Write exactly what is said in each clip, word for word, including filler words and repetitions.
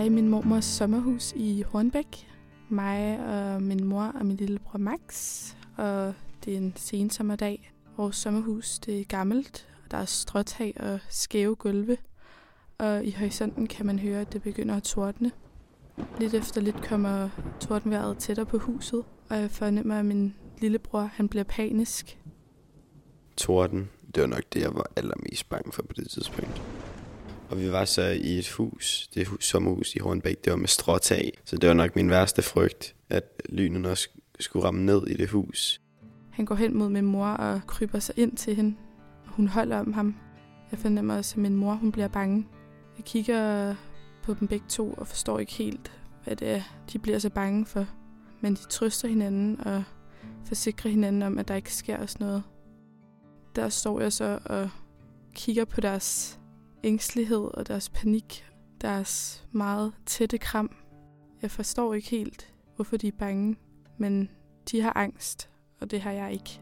i min mormors sommerhus i Hornbæk. Mig og min mor og min lillebror Max. Og det er en sensommerdag. Vores sommerhus det er gammelt, og der er stråtag og skæve gulve. Og i horisonten kan man høre, at det begynder at tordne. Lidt efter lidt kommer tordenvejret tættere på huset, og jeg fornemmer, at min lillebror han bliver panisk. Torden, det var nok det, jeg var allermest bange for på det tidspunkt. Og vi var så i et hus, det hus, sommerhus i Hornbæk, det var med stråtag. Så det var nok min værste frygt, at lynet også skulle ramme ned i det hus. Han går hen mod min mor og kryber sig ind til hende, og hun holder om ham. Jeg fornemmer også, at min mor hun bliver bange. Jeg kigger på dem begge to og forstår ikke helt, hvad det er, de bliver så bange for. Men de trøster hinanden og forsikrer hinanden om, at der ikke sker os noget. Der står jeg så og kigger på deres ængstelighed og deres panik, deres meget tætte kram. Jeg forstår ikke helt, hvorfor de er bange, men de har angst, og det har jeg ikke.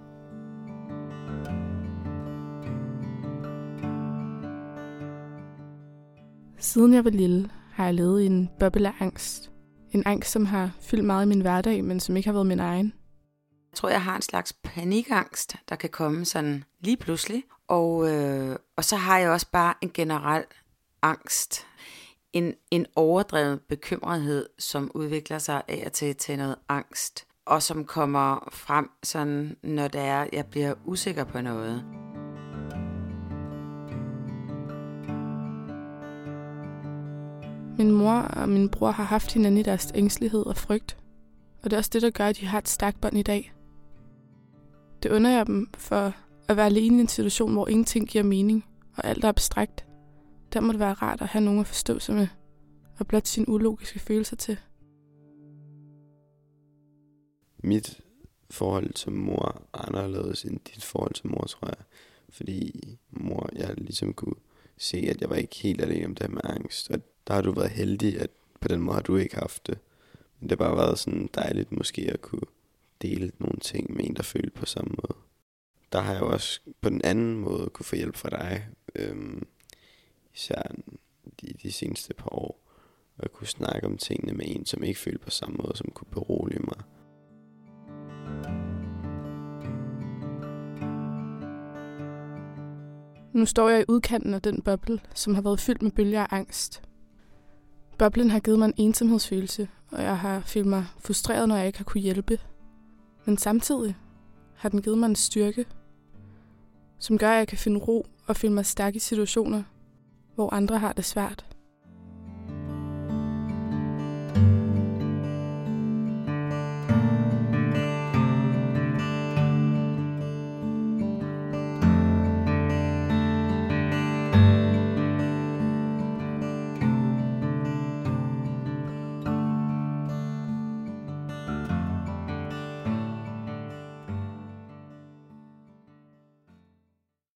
Siden jeg var lille, har jeg levet i en boble af angst. En angst, som har fyldt meget i min hverdag, men som ikke har været min egen. Jeg tror, jeg har en slags panikangst, der kan komme sådan lige pludselig. Og, øh, og så har jeg også bare en generel angst. En, en overdreven bekymrethed, som udvikler sig af og til til noget angst. Og som kommer frem, sådan, når det er, jeg bliver usikker på noget. Min mor og min bror har haft hinanden i deres ængstelighed og frygt. Og det er også det, der gør, at de har et stærkt bånd i dag. Det under jeg dem for at være alene i en situation, hvor ingenting giver mening, og alt er abstrakt. Der må det være rart at have nogen at forstå sig med, og blot sine ulogiske følelser til. Mit forhold til mor er anderledes end dit forhold til mor, tror jeg. Fordi mor, jeg ligesom kunne se, at jeg var ikke helt alene om det med angst. Og der har du været heldig, at på den måde har du ikke haft det. Men det har bare været sådan dejligt måske at kunne dele nogle ting med en, der følte på samme måde. Der har jeg jo også på den anden måde kunne få hjælp fra dig. Øhm, især de, de seneste par år. Og kunne snakke om tingene med en, som ikke følte på samme måde, som kunne berolige mig. Nu står jeg i udkanten af den boble, som har været fyldt med bølger af angst. Boblen har givet mig en ensomhedsfølelse, og jeg har følt mig frustreret, når jeg ikke har kunne hjælpe. Men samtidig har den givet mig en styrke, som gør, at jeg kan finde ro og føle mig stærk i situationer, hvor andre har det svært.